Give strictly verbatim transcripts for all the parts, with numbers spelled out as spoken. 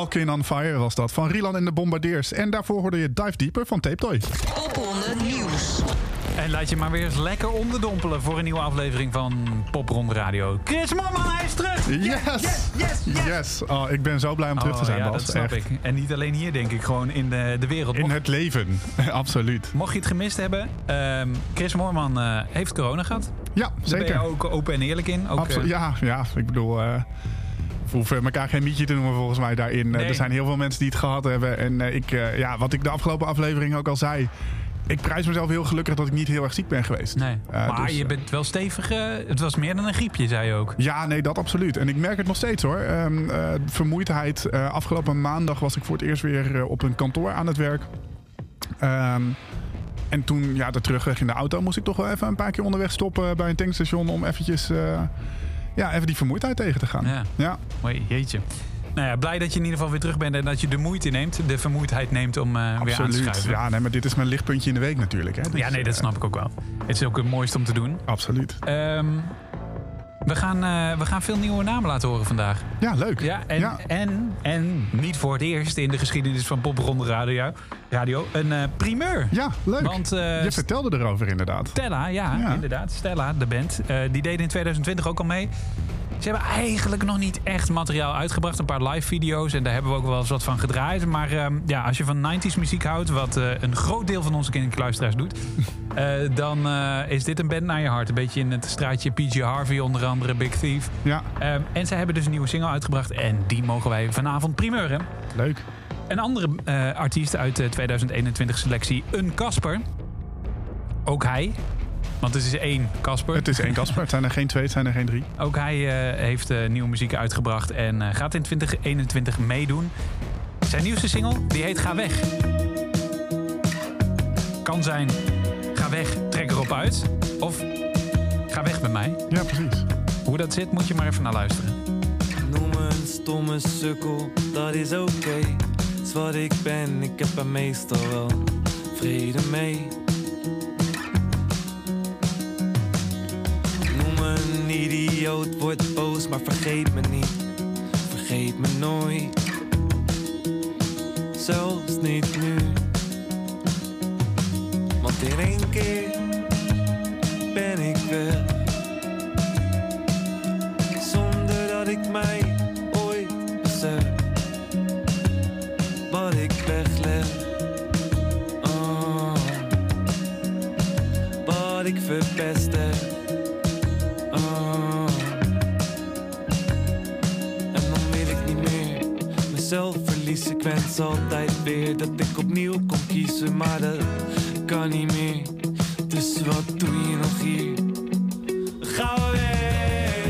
Walking on Fire was dat, van Rilan en de Bombardiers. En daarvoor hoorde je Dive Deeper van Tape Toy. Popronde Nieuws. En laat je maar weer eens lekker onderdompelen voor een nieuwe aflevering van Popronde Radio. Chris Moorman, hij is terug! Yes! Yes! Yes! Yes! Yes! Oh, ik ben zo blij om terug te Oh, zijn, ja, Bas. dat snap Echt. ik. En niet alleen hier, denk ik. Gewoon in de, de wereld. In Mocht, het leven. Absoluut. mocht je het gemist hebben, ehm, Chris Moorman uh, heeft corona gehad. Ja, Daar zeker. ben je ook open en eerlijk in. Ook, Absolu- uh, ja, ja, ik bedoel... Uh, we hoeven elkaar geen mietje te noemen volgens mij daarin. Uh, Nee. Er zijn heel veel mensen die het gehad hebben. En uh, ik, uh, ja, wat ik de afgelopen aflevering ook al zei... Ik prijs mezelf heel gelukkig dat ik niet heel erg ziek ben geweest. Nee, Uh, maar dus, je bent wel stevig. Uh, het was meer dan een griepje, zei je ook. Ja, nee, dat absoluut. En ik merk het nog steeds hoor. Um, uh, vermoeidheid. Uh, afgelopen maandag was ik voor het eerst weer uh, op een kantoor aan het werk. Um, en toen, ja, de terugweg in de auto moest ik toch wel even een paar keer onderweg stoppen bij een tankstation om eventjes, uh, ja, even die vermoeidheid tegen te gaan. Ja. Ja. Oei, jeetje. Nou ja, blij dat je in ieder geval weer terug bent en dat je de moeite neemt, de vermoeidheid neemt om uh, weer aan te Absoluut. schuiven. Ja, nee, maar dit is mijn lichtpuntje in de week natuurlijk. Hè. Dus, Ja, nee, dat snap ik ook wel. Het is ook het mooiste om te doen. Absoluut. Um, we, gaan, uh, we gaan veel nieuwe namen laten horen vandaag. Ja, leuk. Ja, en, Ja. En, en niet voor het eerst in de geschiedenis van Popronde Radio, radio een uh, primeur. Ja, leuk. Want, uh, je vertelde erover inderdaad. Stella, ja, Ja. inderdaad. Stella, de band, uh, die deed in twintig twintig ook al mee. Ze hebben eigenlijk nog niet echt materiaal uitgebracht. Een paar live video's en daar hebben we ook wel eens wat van gedraaid. Maar uh, ja, als je van nineties muziek houdt, wat uh, een groot deel van onze kinderluisteraars doet... Uh, dan uh, is dit een band naar je hart. Een beetje in het straatje P G Harvey, onder andere Big Thief. Ja, Uh, en zij hebben dus een nieuwe single uitgebracht en die mogen wij vanavond primeuren. leuk. Een andere uh, artiest uit de twintig eenentwintig selectie, een Casper. Ook hij. Want het is één Casper. Het is één Casper. Het zijn er geen twee, het zijn er geen drie. Ook hij uh, heeft uh, nieuwe muziek uitgebracht en uh, gaat in twintig eenentwintig meedoen. Zijn nieuwste single, die heet Ga Weg. Kan zijn, ga weg, trek erop uit. Of, ga weg met mij. Ja, precies. Hoe dat zit, moet je maar even naar luisteren. Noem me een stomme sukkel, dat is oké. Okay. Is wat ik ben, ik heb er meestal wel vrede mee. Noem me een idioot, word boos, maar vergeet me niet. Vergeet me nooit. Zelfs niet nu. Want in één keer ben ik weg. Zonder dat ik mij ooit besef. Wat ik wegleg. Oh. Wat ik verpest heb. Oh. En dan wil ik niet meer mezelf verliezen. Ik wens altijd weer dat ik opnieuw kon kiezen. Maar dat kan niet meer. Dus wat doe je nog hier? Ga weg.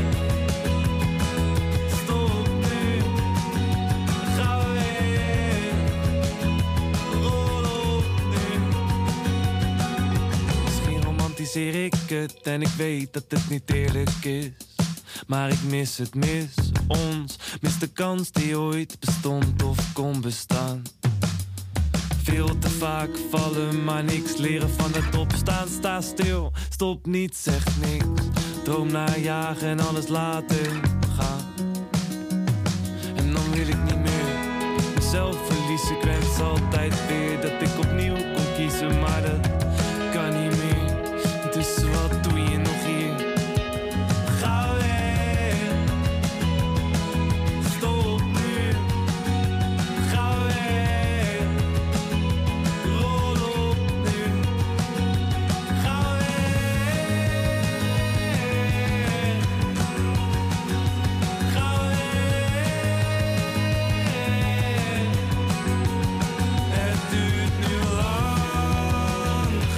Stop nu. Ga weg. Rol op nu. Misschien romantiseer ik het en ik weet dat het niet eerlijk is. Maar ik mis het, mis ons. Mis de kans die ooit bestond of kon bestaan. Veel te vaak vallen, maar niks leren van het opstaan. Sta stil, stop niet, zeg niks. Droom naar jagen en alles laten gaan. En dan wil ik niet meer mezelf verliezen. Ik wens altijd weer dat ik opnieuw kon kiezen. Maar dat kan niet meer, dus wat doe je nog hier? Ga weg. Stop nu. Ga weg. Rol op nu. Ga weg. Ga weg. Het duurt nu lang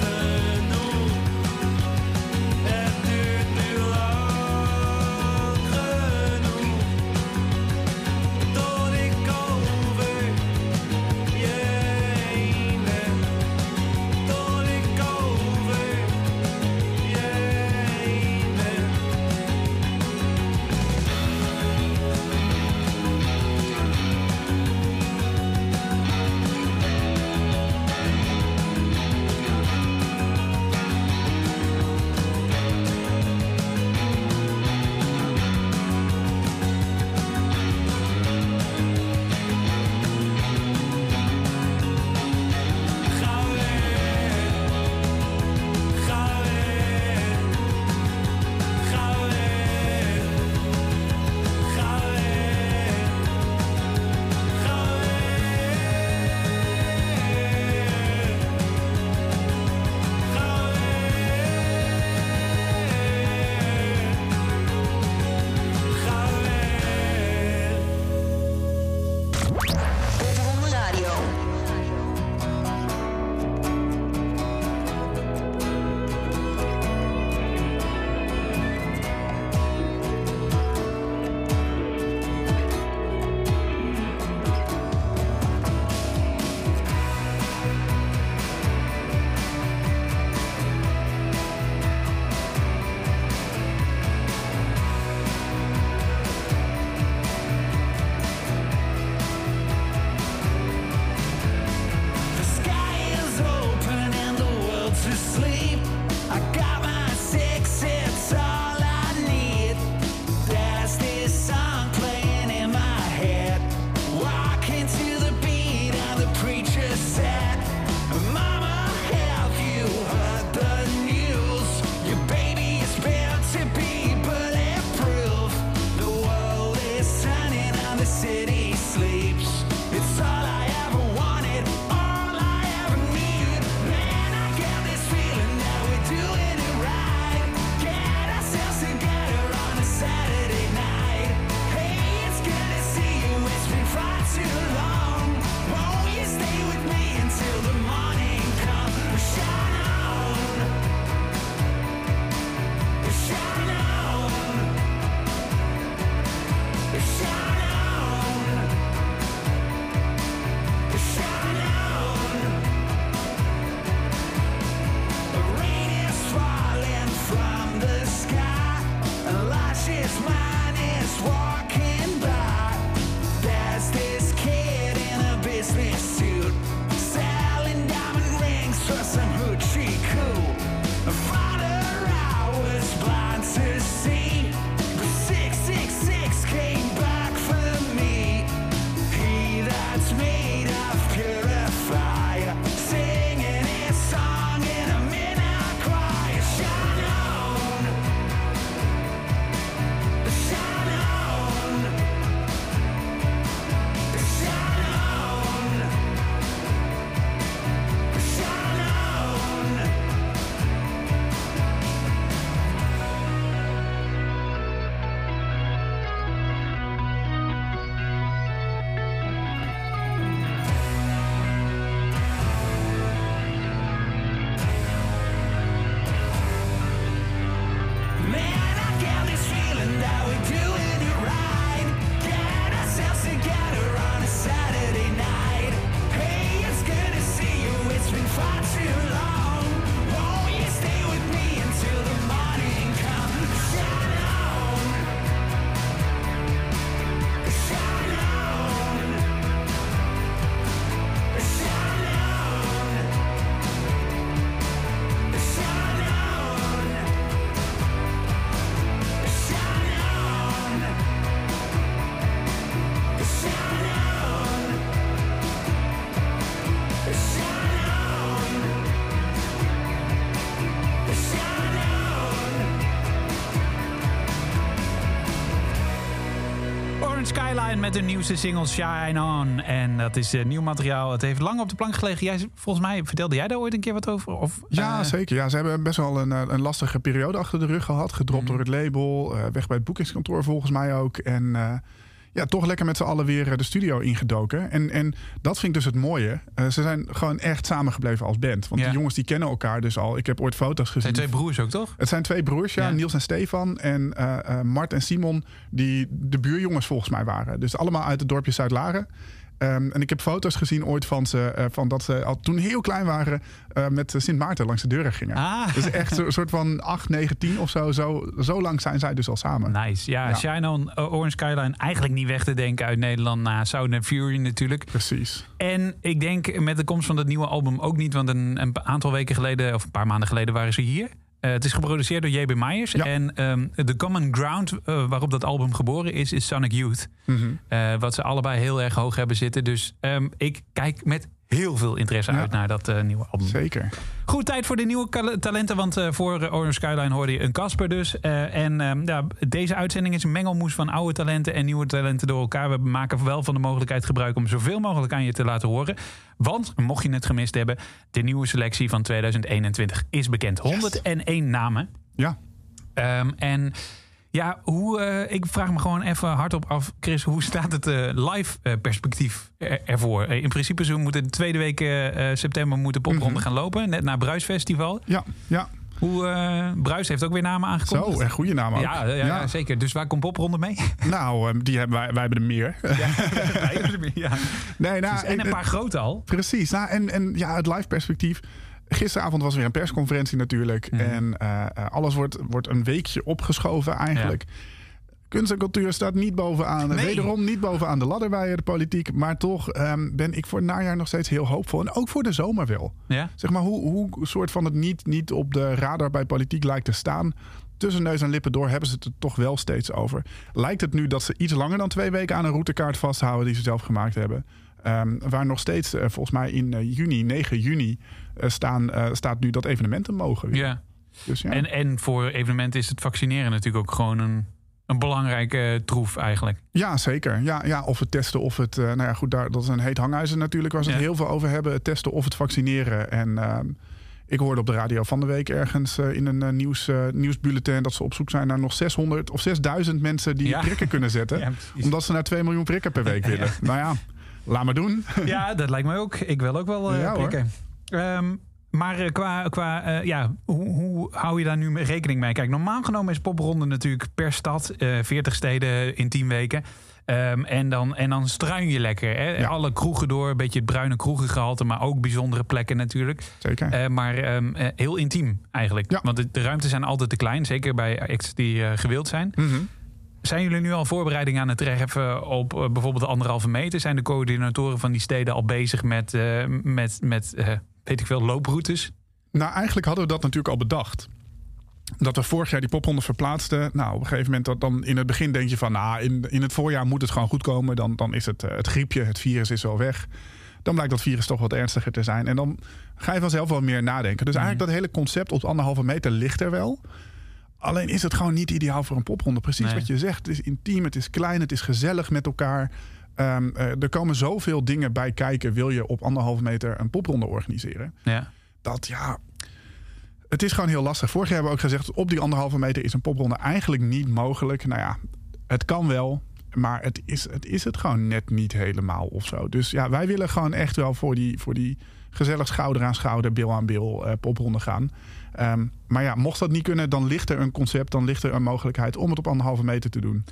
Orange Skyline met hun nieuwste single Shine On. En dat is uh, nieuw materiaal. Het heeft lang op de plank gelegen. Jij, volgens mij vertelde jij daar ooit een keer wat over? Of, ja, uh... zeker. Ja, ze hebben best wel een, een lastige periode achter de rug gehad. Gedropt mm. door het label. Uh, weg bij het boekingskantoor volgens mij ook. En uh, ja, toch lekker met z'n allen weer de studio ingedoken. En, en dat vind ik dus het mooie. Uh, ze zijn gewoon echt samengebleven als band. Want ja. die jongens die kennen elkaar dus al. Ik heb ooit foto's gezien. Het zijn twee broers ook, toch? Het zijn twee broers, ja. ja. Niels en Stefan. En uh, uh, Mart en Simon, die de buurjongens volgens mij waren. Dus allemaal uit het dorpje Zuid-Laren. Um, en ik heb foto's gezien ooit van ze, uh, van dat ze al toen heel klein waren uh, met Sint Maarten langs de deuren gingen. Ah. Dus echt een soort van acht, negen, tien of zo. zo. Zo lang zijn zij dus al samen. Nice. Ja, ja. Shine On, uh, Orange Skyline, eigenlijk niet weg te denken uit Nederland na Sound and Fury natuurlijk. Precies. En ik denk met de komst van dat nieuwe album ook niet, want een, een aantal weken geleden, of een paar maanden geleden waren ze hier. Uh, het is geproduceerd door J B Myers. Ja. En um, de common ground uh, waarop dat album geboren is, is Sonic Youth. Mm-hmm. Uh, wat ze allebei heel erg hoog hebben zitten. Dus um, ik kijk met heel veel interesse ja. uit naar dat uh, nieuwe album. Zeker. Goed, tijd voor de nieuwe talenten. Want uh, voor uh, Orange Skyline hoorde je een Casper dus. Uh, en uh, ja, deze uitzending is een mengelmoes van oude talenten en nieuwe talenten door elkaar. We maken wel van de mogelijkheid gebruik om zoveel mogelijk aan je te laten horen. Want, mocht je het gemist hebben, de nieuwe selectie van tweeduizend eenentwintig is bekend. honderdéén yes. namen. Ja. Um, en... Ja, hoe, uh, ik vraag me gewoon even hardop af, Chris, hoe staat het uh, live uh, perspectief er, ervoor? Uh, in principe, ze moeten de tweede week uh, september moeten popronde mm-hmm. gaan lopen, net na Bruisfestival. Ja, ja. Hoe, uh, Bruis heeft ook weer namen aangekondigd. Zo, en goede namen ook. Ja, ja, ja. ja, zeker. Dus waar komt popronde mee? Nou, die hebben wij, wij hebben er meer. Ja, wij hebben er meer, ja. Nee, nou, dus, en een paar grote al. Precies. Nou, en, en ja, het live perspectief. Gisteravond was weer een persconferentie natuurlijk. Mm. En uh, alles wordt, wordt een weekje opgeschoven eigenlijk. Ja. Kunst en cultuur staat niet bovenaan. Nee. Wederom niet bovenaan de ladder bij de politiek. Maar toch um, ben ik voor het najaar nog steeds heel hoopvol. En ook voor de zomer wel. Ja? Zeg maar hoe, hoe soort van het niet, niet op de radar bij politiek lijkt te staan. Tussen neus en lippen door hebben ze het er toch wel steeds over. Lijkt het nu dat ze iets langer dan twee weken aan een routekaart vasthouden die ze zelf gemaakt hebben. Um, waar nog steeds, uh, volgens mij in uh, juni, negen juni, uh, staan, uh, staat nu dat evenementen mogen. Weer. Ja. Dus, ja. En, en voor evenementen is het vaccineren natuurlijk ook gewoon een, een belangrijke uh, troef eigenlijk. Ja, zeker. Ja, ja, of het testen of het... Uh, nou ja, goed, daar, dat is een heet hangijzer natuurlijk waar ze ja. het heel veel over hebben. Het testen of het vaccineren. En uh, ik hoorde op de radio van de week ergens uh, in een uh, nieuws, uh, nieuwsbulletin dat ze op zoek zijn naar nog zeshonderd of zesduizend mensen die ja. prikken kunnen zetten. Ja, omdat ze naar twee miljoen prikken per week willen. Ja. Nou ja. Laat maar doen. Ja, dat lijkt mij ook. Ik wil ook wel uh, ja, prikken. Um, maar uh, qua, qua uh, ja, hoe, hoe hou je daar nu rekening mee? Kijk, normaal genomen is popronde natuurlijk per stad. Uh, veertig steden in tien weken. Um, en, dan, en dan struin je lekker. Hè? Ja. Alle kroegen door. Een beetje het bruine kroegengehalte. Maar ook bijzondere plekken natuurlijk. Zeker. Uh, maar um, uh, heel intiem eigenlijk. Ja. Want de, de ruimtes zijn altijd te klein. Zeker bij acts die uh, gewild zijn. Mm-hmm. Zijn jullie nu al voorbereidingen aan het treffen op uh, bijvoorbeeld de anderhalve meter? Zijn de coördinatoren van die steden al bezig met, uh, met, met uh, weet ik veel, looproutes? Nou, eigenlijk hadden we dat natuurlijk al bedacht. Dat we vorig jaar die popronde verplaatsten. Nou, op een gegeven moment, dat dan in het begin denk je van... nou, in, in het voorjaar moet het gewoon goed komen. Dan, dan is het uh, het griepje, het virus is wel weg. Dan blijkt dat virus toch wat ernstiger te zijn. En dan ga je vanzelf wel meer nadenken. Dus mm. eigenlijk dat hele concept op de anderhalve meter ligt er wel... Alleen is het gewoon niet ideaal voor een popronde. Precies nee. wat je zegt. Het is intiem, het is klein, het is gezellig met elkaar. Um, uh, er komen zoveel dingen bij kijken. Wil je op anderhalve meter een popronde organiseren? Ja. Dat ja... Het is gewoon heel lastig. Vorig jaar hebben we ook gezegd... op die anderhalve meter is een popronde eigenlijk niet mogelijk. Nou ja, het kan wel. Maar het is het, is het gewoon net niet helemaal of zo. Dus ja, wij willen gewoon echt wel voor die... Voor die gezellig schouder aan schouder, bil aan bil, uh, popronde gaan. Um, maar ja, mocht dat niet kunnen, dan ligt er een concept, dan ligt er een mogelijkheid om het op anderhalve meter te doen.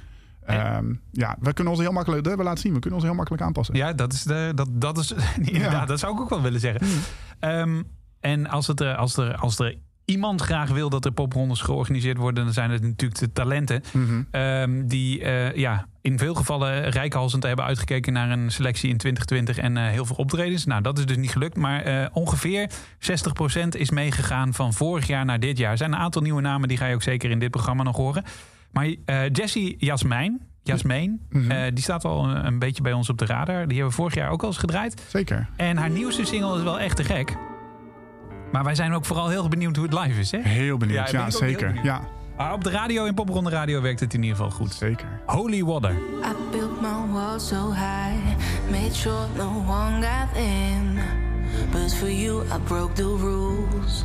Um, ja, we kunnen ons heel makkelijk, dat hebben we laten zien, we kunnen ons heel makkelijk aanpassen. Ja, dat is de, dat, dat is inderdaad, ja. dat zou ik ook wel willen zeggen. Mm. Um, en als het er, als er, als er iemand graag wil dat er poprondes georganiseerd worden, dan zijn het natuurlijk de talenten. Mm-hmm. Um, die uh, ja, in veel gevallen reikhalzend hebben uitgekeken naar een selectie in twintig twintig en uh, heel veel optredens. Nou, dat is dus niet gelukt. Maar uh, ongeveer zestig procent is meegegaan van vorig jaar naar dit jaar. Er zijn een aantal nieuwe namen, die ga je ook zeker in dit programma nog horen. Maar uh, Jessie Jasmijn, Jasmijn mm-hmm. uh, die staat al een, een beetje bij ons op de radar. Die hebben we vorig jaar ook al eens gedraaid. Zeker. En haar nieuwste single is wel echt te gek. Maar wij zijn ook vooral heel benieuwd hoe het live is, hè? Heel benieuwd, ja, ja zeker. Benieuwd. Ja. Maar op de radio, in Popronde Radio, werkt het in ieder geval goed. Zeker. Holy Water. I built my wall so high, made sure no one got in. But for you, I broke the rules.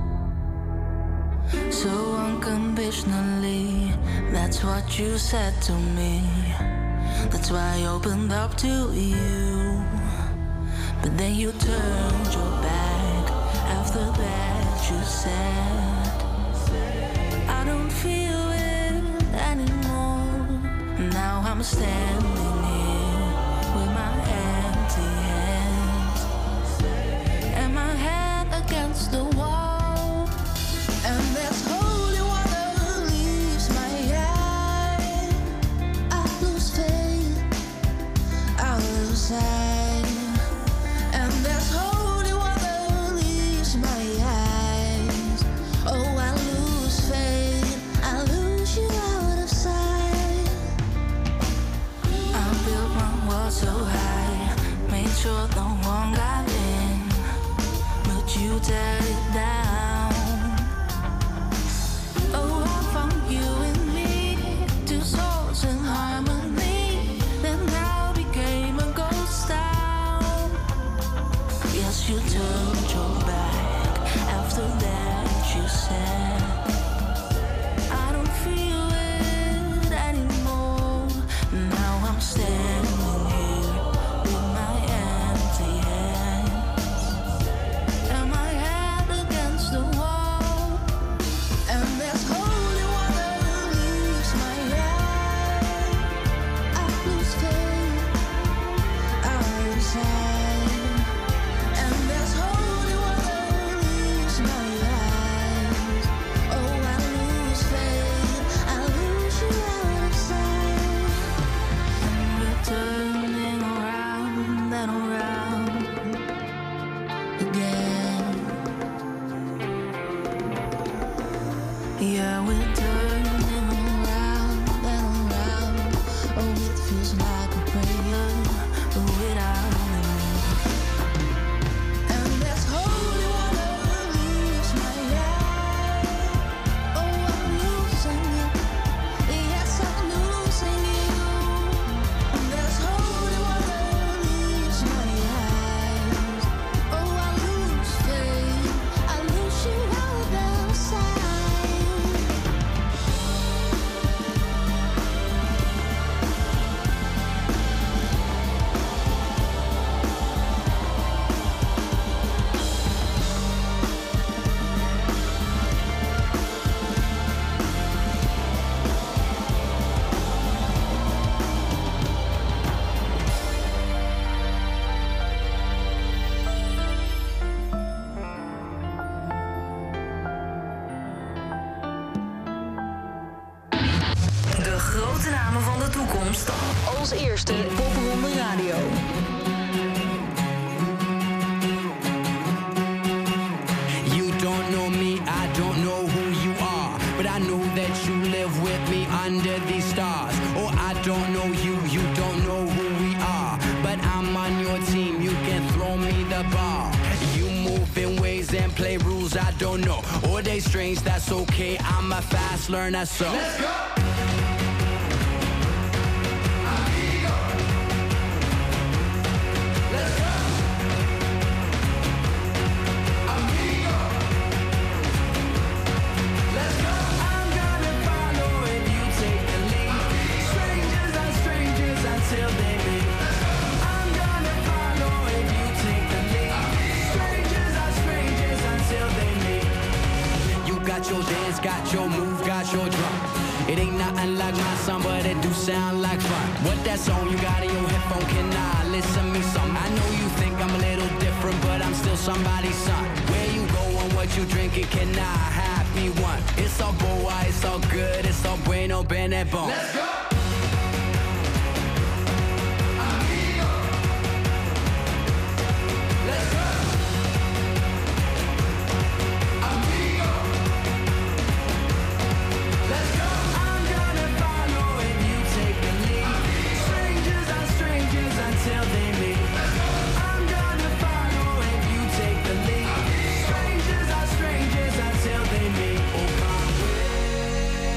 So unconditionally, that's what you said to me. That's why I opened up to you. But then you turned your back. After that, you said, I don't feel it anymore. Now I'm standing here with my empty hands and my head against the wall. And there's holy water leaves my eye. I lose faith, I lose sight. And there's holy water leaves my eyes. Oh, I lose faith, I lose you out of sight. I built my wall so high, made sure no one got in. But you tear it down. Oh, I found you in me, two souls in harmony. Then I became a ghost town. Yes, you turned your back. After that, you said, I don't feel it anymore. Now I'm standing here with my empty hands and my head against the wall. And there's holy water leaves my eye. I lose faith, I lose sight. And there's holy water leaves my eyes. Oh, I lose faith, I lose you out of sight. And we're turning around and around again. Yeah, we're turning around and around. Oh, it feels like a prayer, but without me. And there's holy water leaves my eye. Oh, I'm losing you. Yes, I'm losing you. And there's holy water leaves my eyes. Oh, I lose faith, I lose you out of sight. De grote namen van de toekomst. Als eerste in Popronde Radio. You don't know me, I don't know who you are, but I know that you live with me under these stars. Oh, I don't know you, you don't know who we are, but I'm on your team, you can throw me the ball. You move in ways and play rules I don't know, or they strange, that's okay, I'm a fast learner, so let's go! Got your dance, got your move, got your drum. It ain't nothing like my song, but it do sound like fun. What that song you got in your headphone, can I listen me some? I know you think I'm a little different, but I'm still somebody's son. Where you going, what you drinking, can I have me one? It's all boy, it's all good, it's all bueno, bene, bon. Let's go! Strangers are strangers until they meet. Oh, come with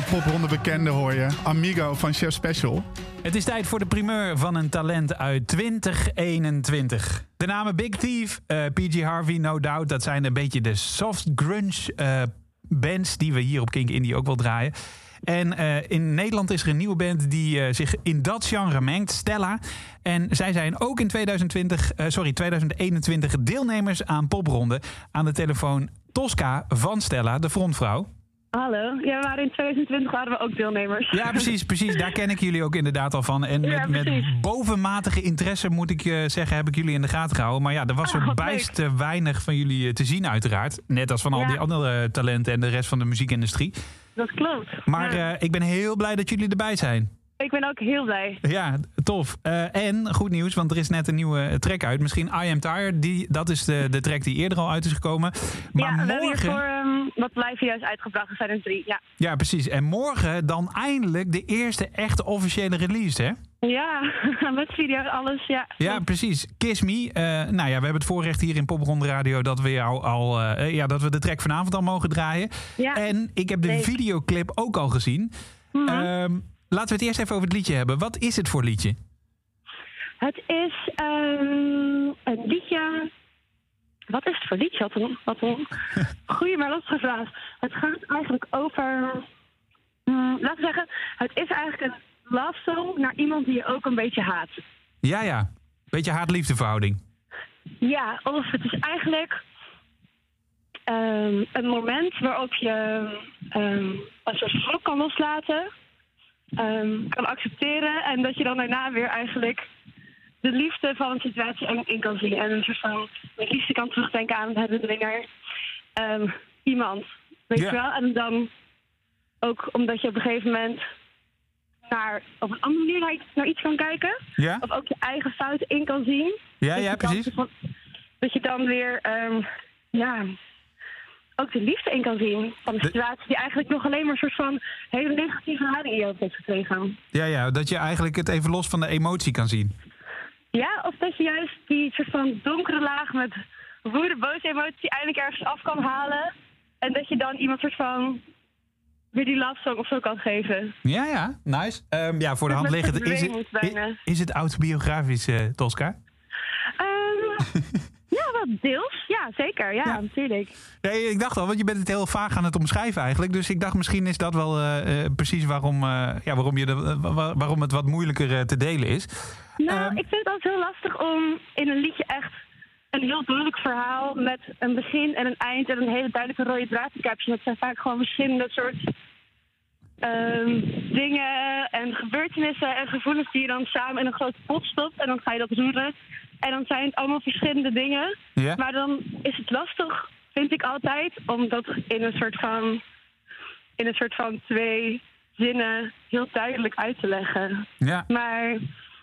de popronde bekende hoor je. Amigo van Chef Special. Het is tijd voor de primeur van een talent uit twintig eenentwintig. De namen Big Thief, uh, P G Harvey, No Doubt... dat zijn een beetje de soft grunge uh, bands... die we hier op Kink Indie ook wel draaien. En uh, in Nederland is er een nieuwe band die uh, zich in dat genre mengt, Stella. En zij zijn ook in tweeduizend twintig, uh, sorry, tweeduizend eenentwintig deelnemers aan Popronde. Aan de telefoon Tosca van Stella, de frontvrouw. Hallo, ja, we waren in tweeduizend twintig waren we ook deelnemers. Ja, precies, precies. Daar ken ik jullie ook inderdaad al van. En met, Ja, met bovenmatige interesse, moet ik je zeggen, heb ik jullie in de gaten gehouden. Maar ja, er was Ah, er wat bijst te weinig van jullie te zien uiteraard. Net als van al Ja. die andere talenten en de rest van de muziekindustrie. Dat klopt. Maar Ja. uh, ik ben heel blij dat jullie erbij zijn. Ik ben ook heel blij. Ja, tof. Uh, en goed nieuws, want er is net een nieuwe track uit. Misschien I Am Tired, die, dat is de, de track die eerder al uit is gekomen. Maar ja, we morgen... hebben hiervoor um, wat live video's uitgebracht. Er zijn er drie, ja. Ja, precies. En morgen dan eindelijk de eerste echte officiële release, hè? Ja, met video en alles, ja. Ja, precies. Kiss Me. Uh, nou ja, we hebben het voorrecht hier in Popronde Radio dat we jou al, uh, ja, dat we de track vanavond al mogen draaien. Ja. En ik heb de Leuk. videoclip ook al gezien. Mhm. Um, laten we het eerst even over het liedje hebben. Wat is het voor liedje? Het is um, een liedje... Wat is het voor liedje? Wat een, wat een goeie maar lastige vraag. Het gaat eigenlijk over... Um, laten we zeggen, het is eigenlijk een love song naar iemand die je ook een beetje haat. Ja, ja. Beetje haat-liefdeverhouding. Ja, of het is eigenlijk um, een moment waarop je um, een soort vloek kan loslaten, um, kan accepteren en dat je dan daarna weer eigenlijk de liefde van een situatie in kan zien. En een soort van met liefde kan terugdenken aan het herinnering naar um, iemand. Weet Ja. je wel? En dan ook omdat je op een gegeven moment naar, op een andere manier naar, naar iets kan kijken. Ja? Of ook je eigen fouten in kan zien. Ja, Dat ja, je dan precies. van- Dat je dan weer, um, ja, ook de liefde in kan zien van een De- situatie die eigenlijk nog alleen maar een soort van hele negatieve lading in je hoofd heeft gekregen. Ja, ja, dat je eigenlijk het even los van de emotie kan zien. Ja, of dat je juist die soort van donkere laag met woede, boze emotie eindelijk ergens af kan halen. En dat je dan iemand soort van weer die love song of zo kan geven. Ja, ja, nice. Um, ja, voor de Dat hand met liggend. Is verdwenen het, moet bijna. is, is het autobiografisch, uh, Tosca? Um, ja, wel deels. Ja, zeker. Ja, Ja. natuurlijk. Nee, ik dacht al, want je bent het heel vaag aan het omschrijven eigenlijk. Dus ik dacht misschien is dat wel uh, uh, precies waarom, uh, ja, waarom, je de, uh, wa- waarom het wat moeilijker uh, te delen is. Nou, Ehm, ik vind het altijd heel lastig om in een liedje echt een heel duidelijk verhaal met een begin en een eind en een hele duidelijke rode draad te capturen. Dat zijn vaak gewoon verschillende soort ehm, dingen en gebeurtenissen en gevoelens die je dan samen in een grote pot stopt en dan ga je dat roeren. En dan zijn het allemaal verschillende dingen. Ja? Maar dan is het lastig, vind ik altijd, om dat in een soort van, in een soort van twee zinnen heel duidelijk uit te leggen. Ja, Maar,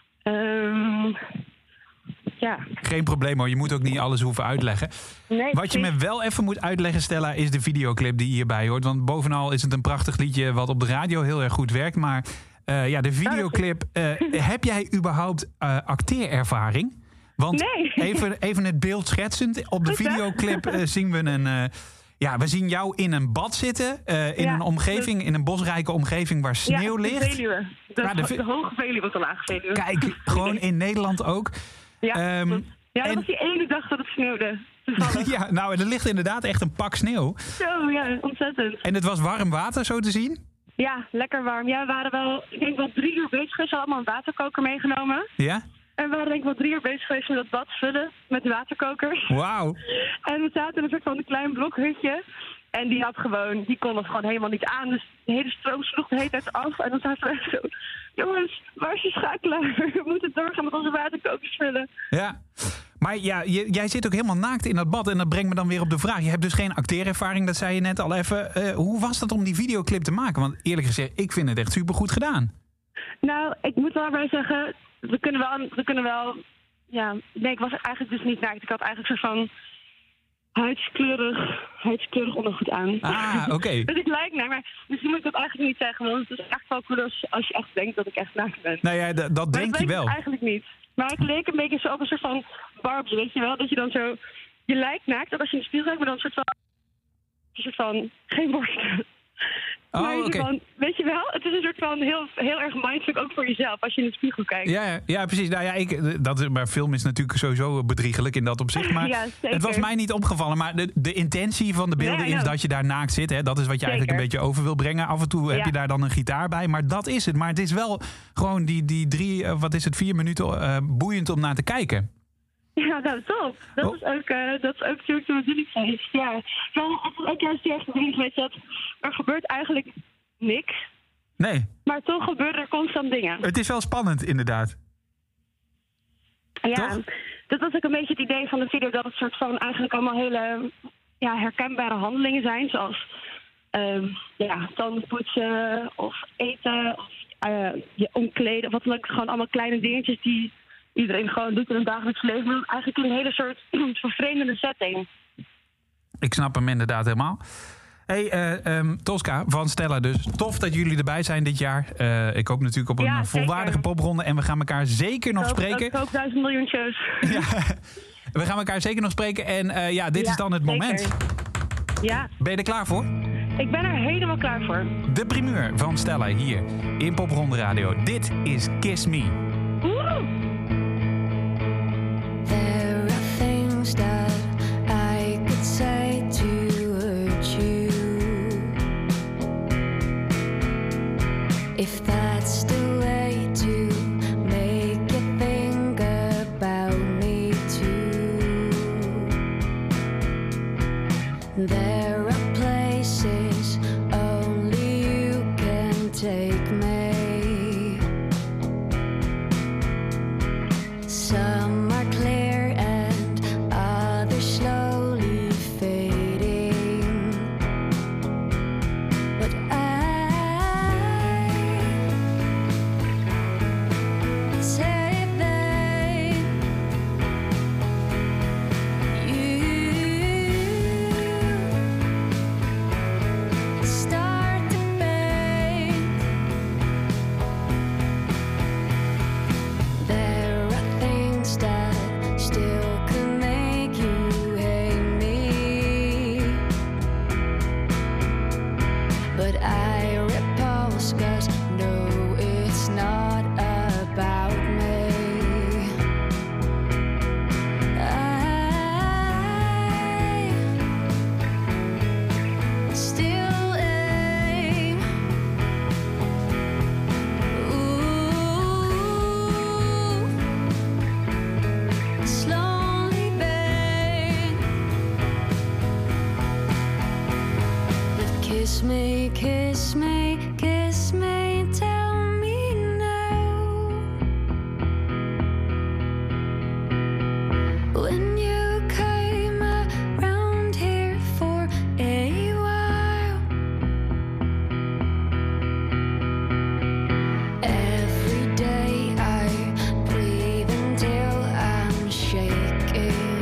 ehm ja. geen probleem hoor. Je moet ook niet alles hoeven uitleggen. Nee, Wat je me precies. wel even moet uitleggen, Stella, is de videoclip die hierbij hoort. Want bovenal is het een prachtig liedje wat op de radio heel erg goed werkt. Maar uh, ja, de videoclip, uh, heb jij überhaupt uh, acteerervaring? Want Nee. even, even het beeld schetsend. Op de Goed, hè? videoclip uh, zien we een... Uh, ja, we zien jou in een bad zitten. Uh, in Ja, een omgeving, in een bosrijke omgeving waar sneeuw ja, ligt. De Veluwe. De, Ja, de Ve- de hoge Veluwe, de lage Veluwe. Kijk, gewoon in Nederland ook. Ja, Ehm, klopt. ja dat en- was die ene dag dat het sneeuwde. Toevallig. Ja, nou, er ligt inderdaad echt een pak sneeuw. Zo, ja, ontzettend. En het was warm water, zo te zien. Ja, lekker warm. Ja, we waren wel, ik denk wel drie uur bezig geweest. We hadden allemaal een waterkoker meegenomen. Ja? En we waren denk ik wel drie uur bezig geweest met dat bad vullen met de waterkoker. Wauw. En we zaten in een soort van een klein blokhutje. En die had gewoon, die kon het gewoon helemaal niet aan. Dus de hele stroom sloeg de hele tijd af. En dan zaten we echt zo, jongens, waar is je schakelaar? We moeten doorgaan met onze waterkokers vullen. Ja. Maar ja, je- jij zit ook helemaal naakt in dat bad. En dat brengt me dan weer op de vraag. Je hebt dus geen acteerervaring, dat zei je net al even. Uh, hoe was dat om die videoclip te maken? Want eerlijk gezegd, ik vind het echt supergoed gedaan. Nou, ik moet wel bij zeggen, we kunnen wel, we kunnen wel, ja, nee, ik was eigenlijk dus niet naakt. Ik had eigenlijk een soort van huidskleurig, huidskleurig ondergoed aan. Ah, oké. Dus ik lijk naakt, maar misschien moet ik dat eigenlijk niet zeggen, want het is echt wel cool als, als je echt denkt dat ik echt naakt ben. Nou ja, d- dat Maar denk dat je weet ik wel. eigenlijk niet. Maar ik leek een beetje zo op een soort van Barbie, weet je wel? Dat je dan zo, je lijkt naakt, dat als je in de spiegel kijkt, maar dan een soort van, een soort van, geen borsten. Oh, maar oké. okay. van, weet je wel, het is een soort van heel, heel erg mindfuck ook voor jezelf als je in de spiegel kijkt. Ja, ja, ja, precies. Nou ja, ik, dat, maar film is natuurlijk sowieso bedriegelijk in dat opzicht. Maar Ja, zeker. het was mij niet opgevallen. Maar de, de intentie van de beelden Ja, is ja. dat je daar naakt zit. Hè? Dat is wat je Zeker. eigenlijk een beetje over wil brengen. Af en toe heb Ja. je daar dan een gitaar bij. Maar dat is het. Maar het is wel gewoon die, die drie, uh, wat is het, vier minuten uh, boeiend om naar te kijken. Ja, nou top. Dat Oh. is ook, uh, dat is ook natuurlijk de bedoeling geweest. Ja. Maar het is ook juist die echte bedoeling geweest dat er gebeurt eigenlijk niks. Nee, Maar toch gebeuren er constant dingen. het is wel spannend inderdaad. Ja, Toch? dat was ook een beetje het idee van de video. Dat het soort van eigenlijk allemaal hele ja, herkenbare handelingen zijn. Zoals um, ja, tanden poetsen of eten of uh, je omkleden. Wat dan ook, gewoon allemaal kleine dingetjes die iedereen gewoon doet in een dagelijks leven. Maar eigenlijk in een hele soort vervreemdende setting. Ik snap hem inderdaad helemaal. Hey, uh, um, Tosca van Stella dus. Tof dat jullie erbij zijn dit jaar. Uh, ik hoop natuurlijk op een Ja, volwaardige zeker. popronde. En we gaan elkaar zeker nog Ik hoop- spreken. Ik hoop duizend miljoen shows. Ja, we gaan elkaar zeker nog spreken. En uh, ja, dit Ja, is dan het zeker. moment. Ja, Ben je er klaar voor? ik ben er helemaal klaar voor. De primeur van Stella hier in Popronde Radio. Dit is Kiss Me. Woehoe! There are things that I could say to hurt you. If that's the way to make you think about me too. There are places only you can take me. Some are clear and others slowly fading. But I say that you start to fade. There are things that still can make you hate me, but I repulse 'cause no, it's not about me. I still aim. Ooh, slowly bang. But kiss me, kiss me, kiss me, tell me now. When you came around here for a while, every day I breathe until I'm shaking,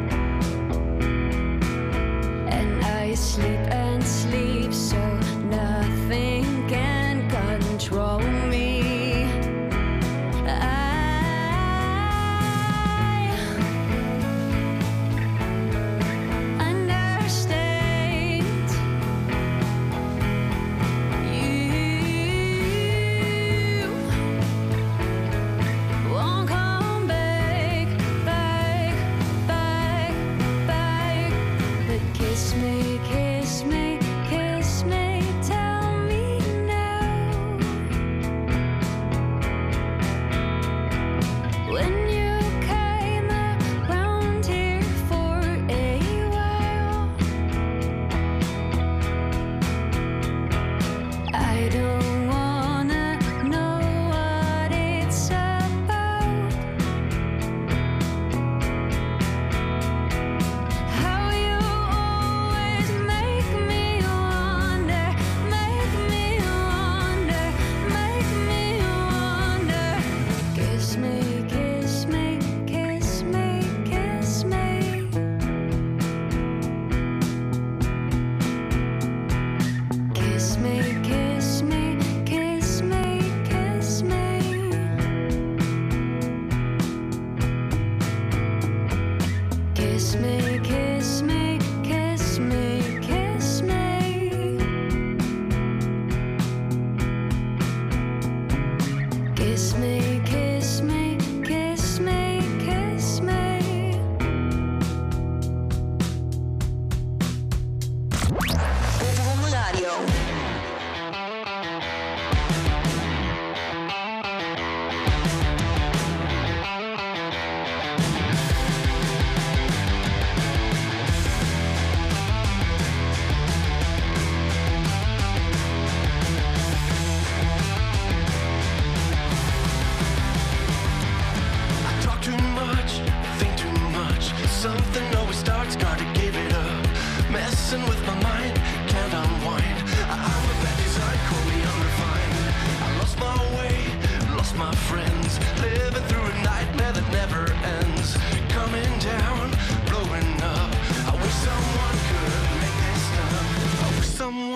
and I sleep and sleep so nothing can control me. I understand you won't come back, back, back, back. But kiss me, kiss me, kiss me, tell me now. When you came around here for a while, I don't wanna know what it's about. How you always make me wonder, make me wonder, make me wonder. Kiss me, kiss me, kiss me, kiss me. Kiss me, kiss me, kiss me, kiss me. Kiss me, kiss me, kiss me, kiss me.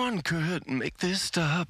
someone could make this stop.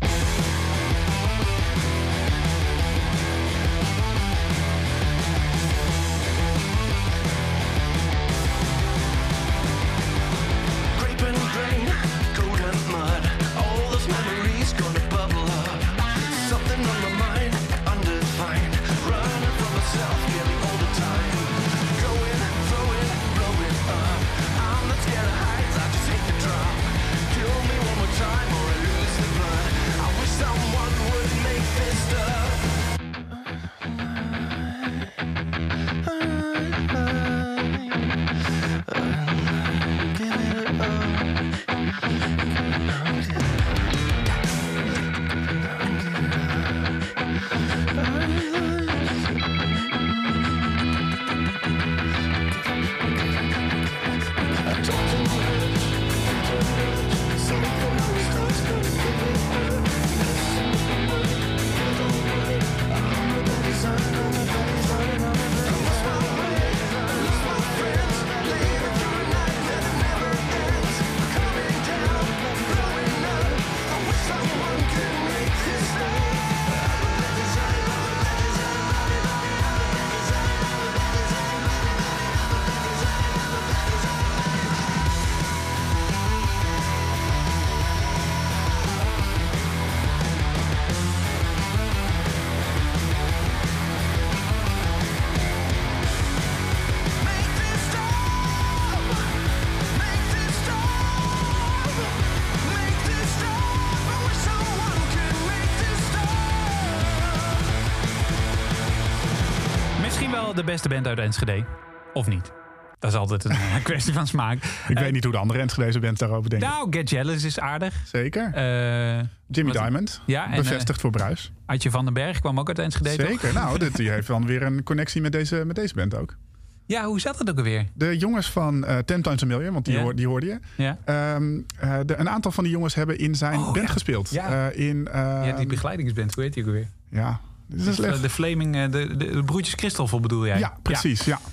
De beste band uit Enschede. Of niet? Dat is altijd een kwestie van smaak. Ik uh, weet niet hoe de andere Enschedeze bands daarover denken. Nou, Get Jealous is aardig. Zeker. Uh, Jimmy wat, Diamond. Ja, en, bevestigd uh, voor Bruis. Adje van den Berg kwam ook uit Enschede. Zeker. Toch? Nou, dit, die heeft dan weer een connectie met deze, met deze band ook. Ja, hoe zat het ook alweer? De jongens van uh, Ten Times a Million, want die, ja. hoor, die hoorde je. Ja. Um, uh, de, een aantal van die jongens hebben in zijn oh, band ja. gespeeld. Ja. Uh, in, uh, ja, die begeleidingsband, hoe heet die ook alweer? Ja, dit is een slecht. De Flaming, de, de, de broertjes Christoffel bedoel jij? Ja, precies, ja.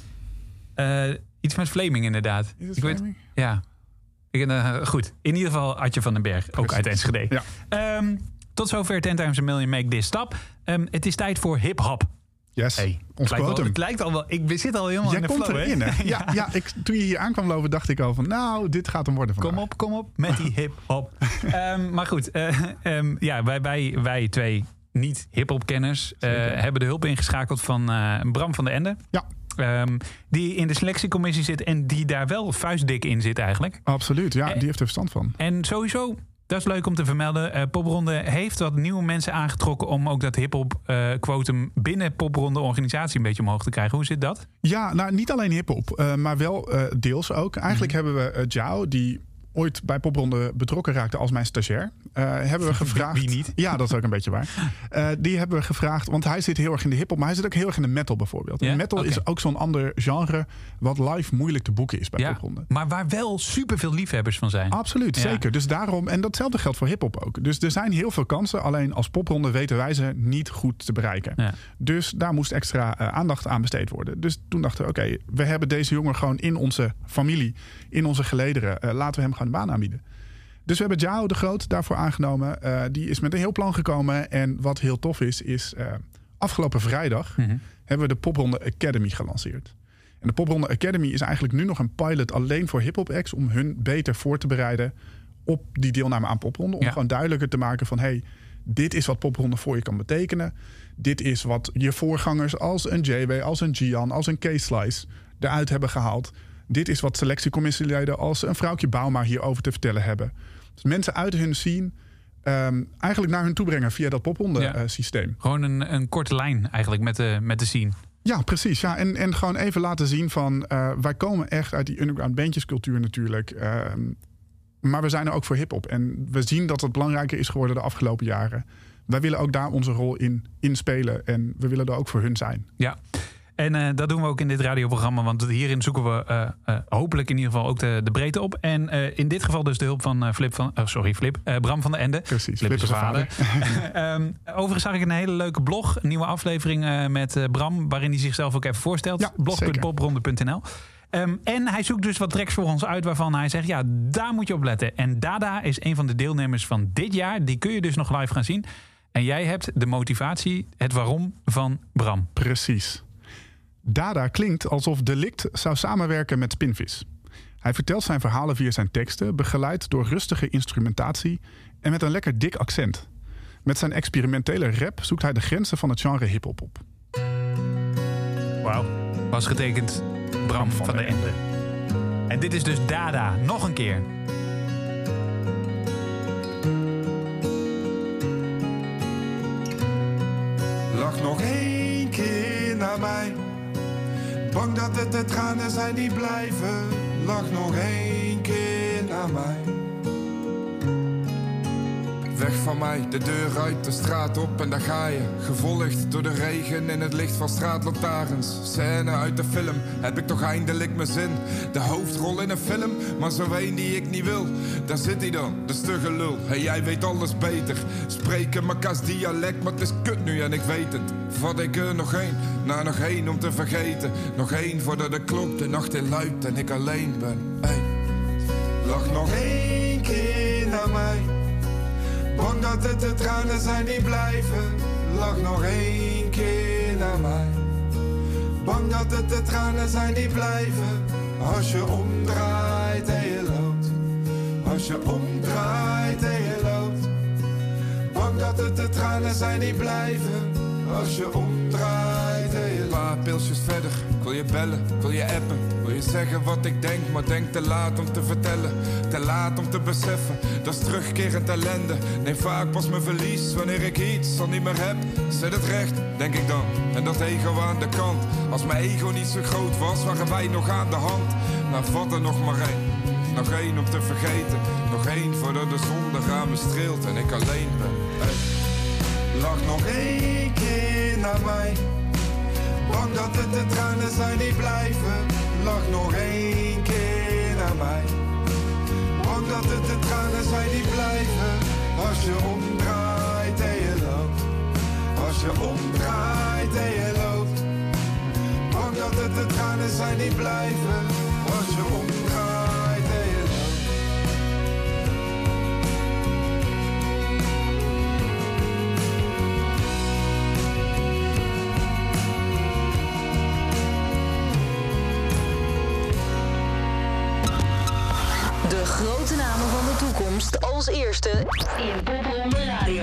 ja. Uh, iets met Flaming inderdaad. Is het ik Flaming? Weet, ja. Ik, uh, goed, in ieder geval Adje van den Berg, ook precies. Uit Enschede. Ja. Um, tot zover Ten Times a Million Make This Stop. Um, het is tijd voor hip-hop. Yes, hey, ons het, lijkt wel, het lijkt al wel, ik zit al helemaal Jij in de komt flow. Erin, hè? ja, ja, ja ik, toen je hier aankwam lopen dacht ik al van, nou, dit gaat hem worden vandaag. Kom op, kom op, met die hip-hop. um, maar goed, uh, um, ja, wij, wij, wij twee niet hip-hop-kenners uh, hebben de hulp ingeschakeld van uh, Bram van den Ende. Ja. Um, die in de selectiecommissie zit en die daar wel vuistdik in zit eigenlijk. Absoluut, ja, en, die heeft er verstand van. En sowieso, dat is leuk om te vermelden, uh, Popronde heeft wat nieuwe mensen aangetrokken om ook dat hip-hop uh, quotum binnen Popronde organisatie een beetje omhoog te krijgen. Hoe zit dat? Ja, nou niet alleen hip-hop, uh, maar wel uh, deels ook. Eigenlijk mm-hmm. hebben we uh, Jao, die ooit bij Popronde betrokken raakte als mijn stagiair. Uh, hebben we gevraagd. Wie niet? Ja, dat is ook een beetje waar. Uh, die hebben we gevraagd, want hij zit heel erg in de hip-hop, maar hij zit ook heel erg in de metal bijvoorbeeld. Ja? En metal okay. is ook zo'n ander genre wat live moeilijk te boeken is bij ja, Popronde. Maar waar wel superveel liefhebbers van zijn. Absoluut, ja. Zeker. Dus daarom, en datzelfde geldt voor hip-hop ook. Dus er zijn heel veel kansen, alleen als Popronde weten wij ze niet goed te bereiken. Ja. Dus daar moest extra uh, aandacht aan besteed worden. Dus toen dachten we, oké, okay, we hebben deze jongen gewoon in onze familie, in onze gelederen, uh, laten we hem gewoon een baan aanbieden. Dus we hebben Jao de Groot daarvoor aangenomen. Uh, die is met een heel plan gekomen. En wat heel tof is, is uh, afgelopen vrijdag mm-hmm. hebben we de Popronde Academy gelanceerd. En de Popronde Academy is eigenlijk nu nog een pilot alleen voor hip-hop acts om hun beter voor te bereiden op die deelname aan Popronde. Om ja. gewoon duidelijker te maken van, hey, dit is wat Popronde voor je kan betekenen. Dit is wat je voorgangers als een J W, als een Gian, als een K-Slice eruit hebben gehaald. Dit is wat selectiecommissieleden als een vrouwtje Bauma hierover te vertellen hebben. Dus mensen uit hun scene um, eigenlijk naar hun toe brengen via dat Popronde ja. uh, systeem. Gewoon een, een korte lijn eigenlijk met de, met de scene. Ja, precies. Ja. En, en gewoon even laten zien van, uh, wij komen echt uit die underground bandjescultuur natuurlijk. Uh, maar we zijn er ook voor hiphop. En we zien dat het belangrijker is geworden de afgelopen jaren. Wij willen ook daar onze rol in, in spelen. En we willen er ook voor hun zijn. Ja. En uh, dat doen we ook in dit radioprogramma. Want hierin zoeken we uh, uh, hopelijk in ieder geval ook de, de breedte op. En uh, in dit geval dus de hulp van uh, Flip van... Uh, sorry, Flip. Uh, Bram van den Ende. Precies, Flip, Flip is vader. vader. um, overigens zag ik een hele leuke blog. Een nieuwe aflevering uh, met uh, Bram. Waarin hij zichzelf ook even voorstelt. Ja, blog punt popronde punt n l. Um, en hij zoekt dus wat tracks voor ons uit waarvan hij zegt... ja, daar moet je op letten. En Dada is een van de deelnemers van dit jaar. Die kun je dus nog live gaan zien. En jij hebt de motivatie, het waarom van Bram. Precies. Dada klinkt alsof Delict zou samenwerken met Spinvis. Hij vertelt zijn verhalen via zijn teksten... begeleid door rustige instrumentatie en met een lekker dik accent. Met zijn experimentele rap zoekt hij de grenzen van het genre hiphop op. Wauw. Was getekend Bram van, van der Ende. En dit is dus Dada. Nog een keer. Lach nog één keer naar mij. Bang dat het de tranen zijn die blijven. Lach nog één keer naar mij. Weg van mij, de deur uit, de straat op en daar ga je. Gevolgd door de regen in het licht van straatlantaarns. Scène uit de film, heb ik toch eindelijk mijn zin. De hoofdrol in een film, maar zo één die ik niet wil. Daar zit hij dan, de stugge lul. Hey, jij weet alles beter. Spreken mekaars dialect, maar het is kut nu en ik weet het. Vat ik er nog één, nou nog één om te vergeten. Nog één voordat de klok de nacht in luidt en ik alleen ben. Hey. Lach nog één keer naar mij. Bang dat het de tranen zijn die blijven. Lach nog één keer naar mij. Bang dat het de tranen zijn die blijven. Als je omdraait en je loopt. Als je omdraait en je loopt. Bang dat het de tranen zijn die blijven. Als je omdraait en je loopt. Een paar pilsjes verder, ik wil je bellen, ik wil je appen. Wil je zeggen wat ik denk, maar denk te laat om te vertellen. Te laat om te beseffen, dat is terugkerend ellende. Neem vaak pas mijn verlies wanneer ik iets al niet meer heb. Zet het recht, denk ik dan, en dat ego aan de kant. Als mijn ego niet zo groot was, waren wij nog aan de hand. Nou vat er nog maar één, nog één om te vergeten. Nog één voordat de zon aan me streelt en ik alleen ben. Hey. Lach nog één keer naar mij. Bang dat het de tranen zijn die blijven. Lach nog één keer naar mij. Bang dat het de tranen zijn die blijven. Als je omdraait en je loopt. Als je omdraait en je loopt. Bang dat het de tranen zijn die blijven. Als je omdraait en je loopt. De grote namen van de toekomst als eerste in Popronde Radio.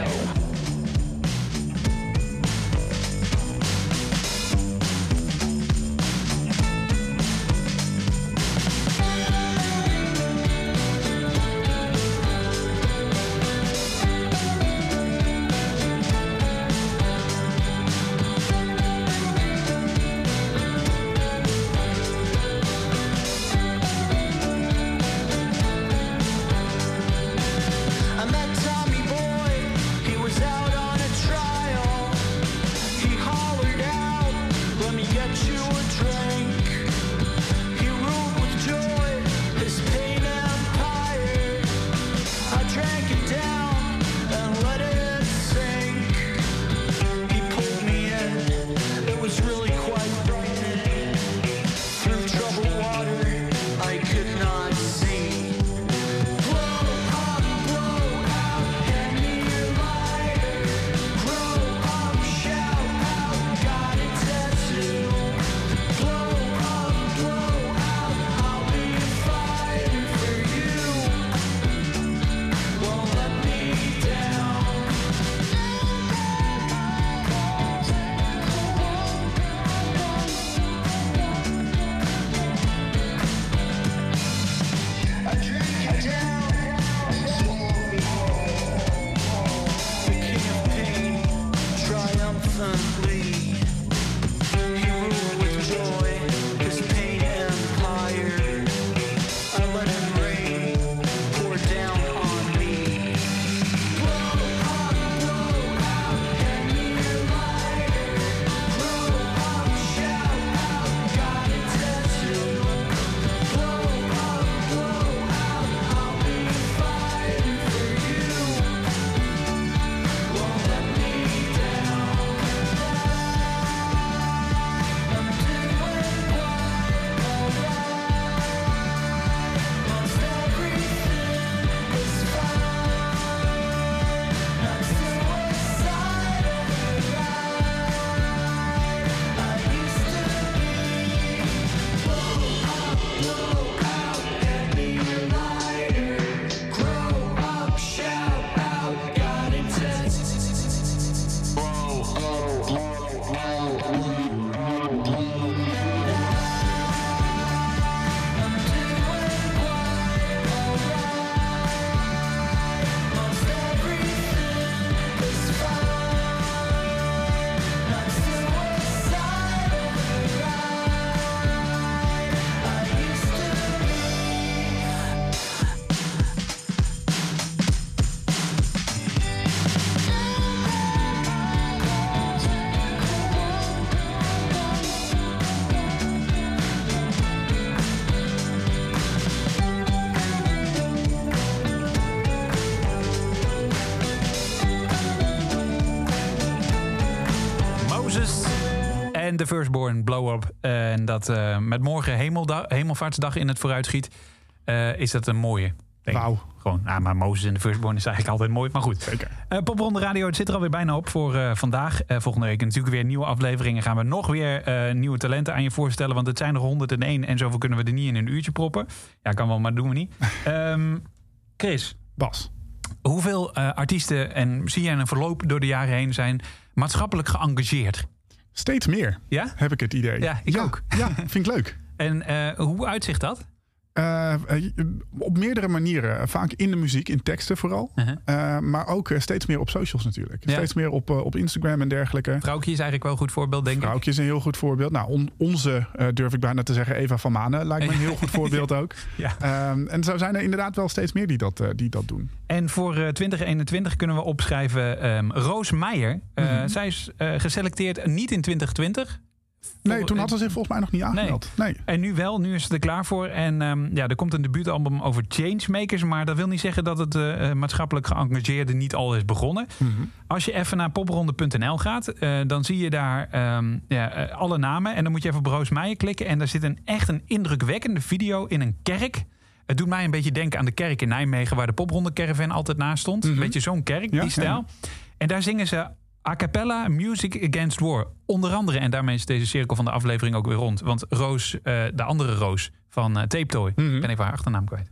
I met Tommy Boy, he was En The Firstborn, Blow Up. Uh, en dat uh, met morgen hemeldag, hemelvaartsdag in het vooruitschiet... Uh, is dat een mooie. Wauw. Gewoon, nou, maar Moses en The Firstborn is eigenlijk altijd mooi. Maar goed. Zeker. Uh, Popronde Radio, het zit er alweer bijna op voor uh, vandaag. Uh, volgende week natuurlijk weer nieuwe afleveringen. Gaan we nog weer uh, nieuwe talenten aan je voorstellen. Want het zijn er honderdéén en zoveel kunnen we er niet in een uurtje proppen. Ja, kan wel, maar doen we niet. um, Chris. Bas. Hoeveel uh, artiesten, en zie jij een verloop door de jaren heen, zijn maatschappelijk geëngageerd? Steeds meer, ja? heb ik het idee. Ja, ik ja, ook. Ja, vind ik leuk. En uh, hoe uitzicht dat? Uh, uh, op meerdere manieren. Vaak in de muziek, in teksten vooral. Uh-huh. Uh, maar ook uh, steeds meer op socials natuurlijk. Ja. Steeds meer op, uh, op Instagram en dergelijke. Vrouwtje is eigenlijk wel een goed voorbeeld, denk Vrouwtje ik. Vrouwtje is een heel goed voorbeeld. Nou, on, onze, uh, durf ik bijna te zeggen, Eva van Manen lijkt me een heel goed voorbeeld ook. Ja. Um, en zo zijn er inderdaad wel steeds meer die dat, uh, die dat doen. En voor uh, twintig eenentwintig kunnen we opschrijven um, Roos Meijer. Uh, mm-hmm. Zij is uh, geselecteerd niet in twintig twintig. Nee, toen had ze zich volgens mij nog niet aangemeld. Nee. nee. En nu wel, nu is het er klaar voor. En um, ja, er komt een debuutalbum over changemakers. Maar dat wil niet zeggen dat het uh, maatschappelijk geëngageerde niet al is begonnen. Mm-hmm. Als je even naar popronde punt n l gaat, uh, dan zie je daar um, ja, uh, alle namen. En dan moet je even op Roos Meijer klikken. En daar zit een echt een indrukwekkende video in een kerk. Het doet mij een beetje denken aan de kerk in Nijmegen, waar de popronde caravan altijd naast stond. Mm-hmm. Weet je, zo'n kerk, ja, die stijl. Ja. En daar zingen ze a cappella Music Against War. Onder andere, en daarmee is deze cirkel van de aflevering ook weer rond. Want Roos, uh, de andere Roos van uh, Tape Toy. Mm-hmm. Ik ben even haar achternaam kwijt.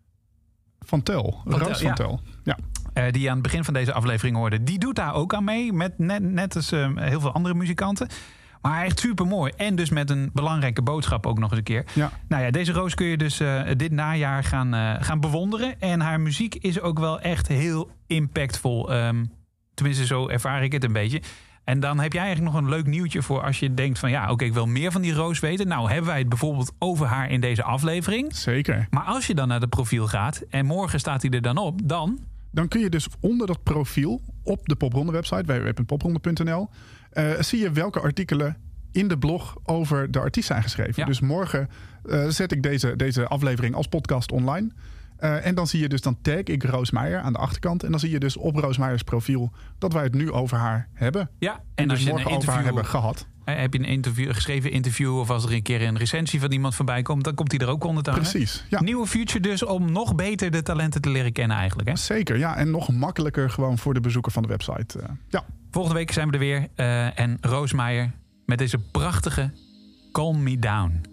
Van Tel. Van Roos Tel, van Tel. Ja. Ja. Uh, die aan het begin van deze aflevering hoorde. Die doet daar ook aan mee. Met net, net als uh, heel veel andere muzikanten. Maar echt super mooi. En dus met een belangrijke boodschap ook nog eens een keer. Ja. Nou ja, deze Roos kun je dus uh, dit najaar gaan, uh, gaan bewonderen. En haar muziek is ook wel echt heel impactvol. Um, Tenminste, zo ervaar ik het een beetje. En dan heb jij eigenlijk nog een leuk nieuwtje voor als je denkt van ja, oké, okay, ik wil meer van die Roos weten. Nou, hebben wij het bijvoorbeeld over haar in deze aflevering. Zeker. Maar als je dan naar het profiel gaat en morgen staat hij er dan op, dan... Dan kun je dus onder dat profiel op de Popronde website, w w w punt popronde punt n l, uh, zie je welke artikelen in de blog over de artiest zijn geschreven. Ja. Dus morgen uh, zet ik deze, deze aflevering als podcast online. Uh, en dan zie je dus, dan tag ik Roos Meijer aan de achterkant. En dan zie je dus op Roos Meijers profiel dat wij het nu over haar hebben. Ja, en, en als dus je morgen een over haar hebben gehad. Heb je een interview, geschreven interview of als er een keer een recensie van iemand voorbij komt, dan komt hij er ook onder te hangen. Precies, ja. Nieuwe future dus om nog beter de talenten te leren kennen eigenlijk. Hè? Zeker, ja. En nog makkelijker gewoon voor de bezoeker van de website. Uh, ja. Volgende week zijn we er weer. Uh, en Roos Meijer met deze prachtige Calm Me Down.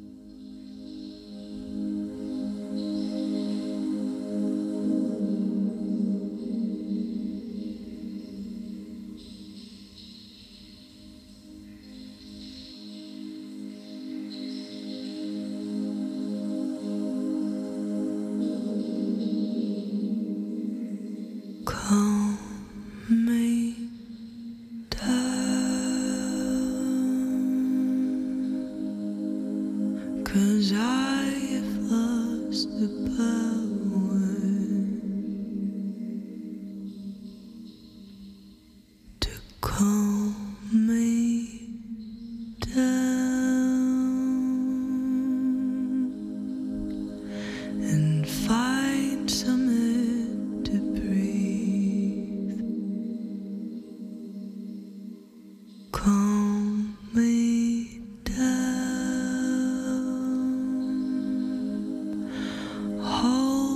Hold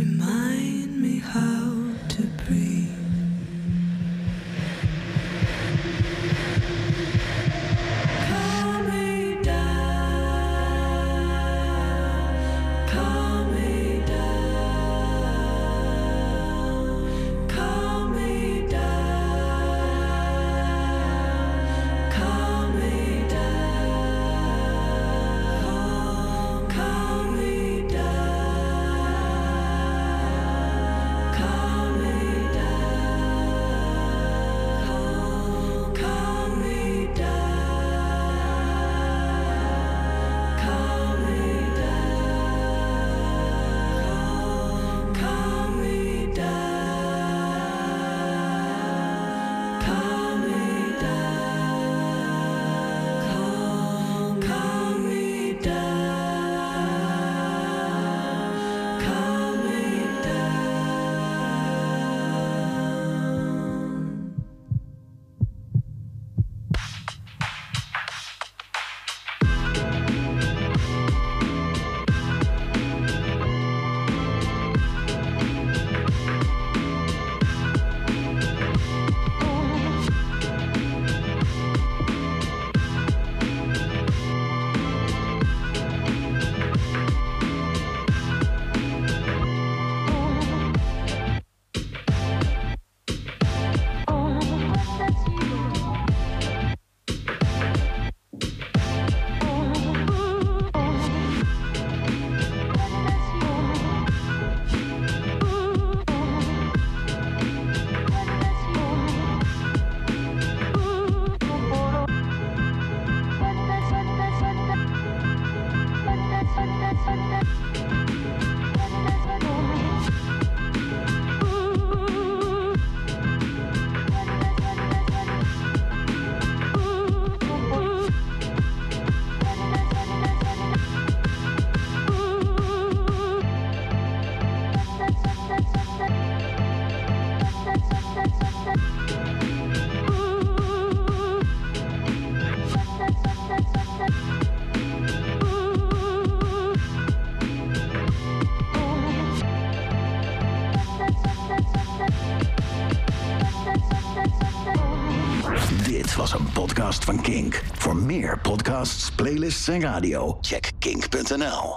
Remind me how to breathe. Calm me down, calm me down, calm me down, calm me down, calm me down, calm me down, calm me down, calm me down, calm me down, calm me down, calm me down, calm me Dit was een podcast van Kink. Voor meer podcasts, playlists en radio, check kink punt n l.